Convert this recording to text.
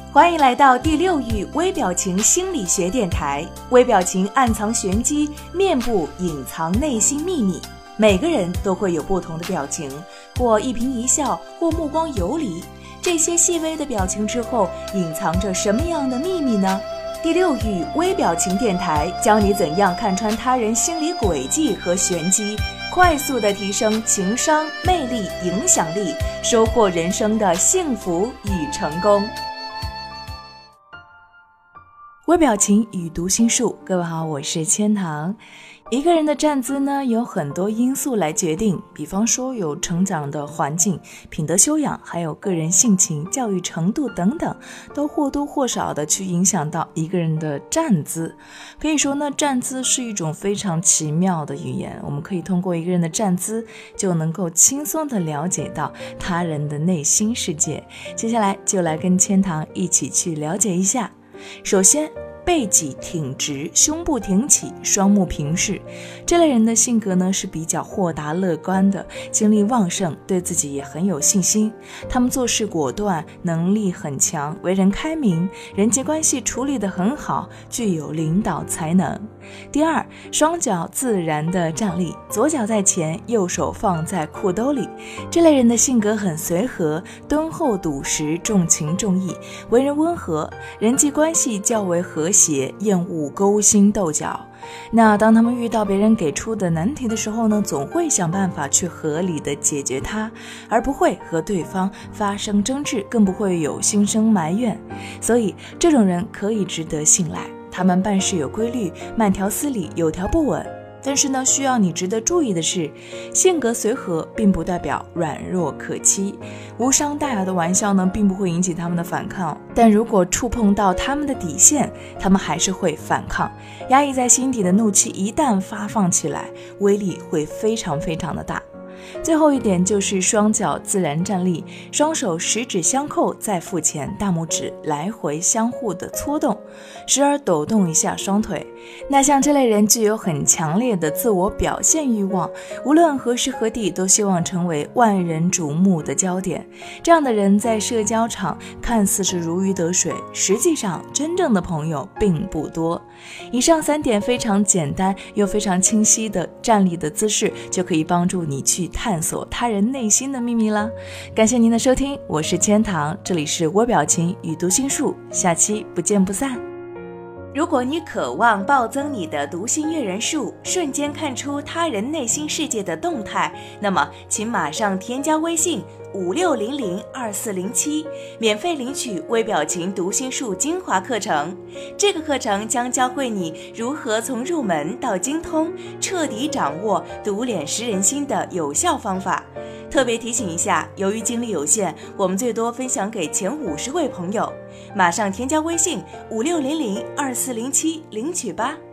欢迎来到第6域微表情心理学电台。微表情暗藏玄机，面部隐藏内心秘密。每个人都会有不同的表情，或一颦一笑，或目光游离。这些细微的表情之后，隐藏着什么样的秘密呢？第6域微表情电台教你怎样看穿他人心理轨迹和玄机，快速地提升情商、魅力、影响力，收获人生的幸福与成功。微表情与读心术，各位好，我是千堂。一个人的站姿呢，有很多因素来决定，比方说有成长的环境、品德修养，还有个人性情、教育程度等等，都或多或少的去影响到一个人的站姿。可以说呢，站姿是一种非常奇妙的语言，我们可以通过一个人的站姿，就能够轻松的了解到他人的内心世界。接下来就来跟千堂一起去了解一下。首先，背脊挺直，胸部挺起，双目平视。这类人的性格呢是比较豁达乐观的，精力旺盛，对自己也很有信心。他们做事果断，能力很强，为人开明，人际关系处理得很好，具有领导才能。第二，双脚自然的站立，左脚在前，右手放在裤兜里。这类人的性格很随和，敦厚笃实，重情重义，为人温和，人际关系较为和谐，厌恶勾心斗角。那当他们遇到别人给出的难题的时候呢，总会想办法去合理的解决它，而不会和对方发生争执，更不会有心生埋怨。所以这种人可以值得信赖，他们办事有规律，慢条斯理，有条不紊。但是呢，需要你值得注意的是，性格随和并不代表软弱可欺，无伤大雅的玩笑呢，并不会引起他们的反抗，但如果触碰到他们的底线，他们还是会反抗。压抑在心底的怒气一旦发放起来，威力会非常的大。最后一点就是双脚自然站立，双手十指相扣在腹前，大拇指来回相互的搓动，时而抖动一下双腿。那像这类人具有很强烈的自我表现欲望，无论何时何地都希望成为万人瞩目的焦点。这样的人在社交场看似是如鱼得水，实际上真正的朋友并不多。以上3点非常简单又非常清晰的站立的姿势，就可以帮助你去探索他人内心的秘密了。感谢您的收听，我是千堂，这里是微表情与读心术，下期不见不散。如果你渴望暴增你的读心阅人数，瞬间看出他人内心世界的动态，那么请马上添加微信56002407，免费领取微表情读心术精华课程。这个课程将教会你如何从入门到精通，彻底掌握读脸识人心的有效方法。特别提醒一下，由于精力有限，我们最多分享给前50位朋友。马上添加微信56002407领取吧。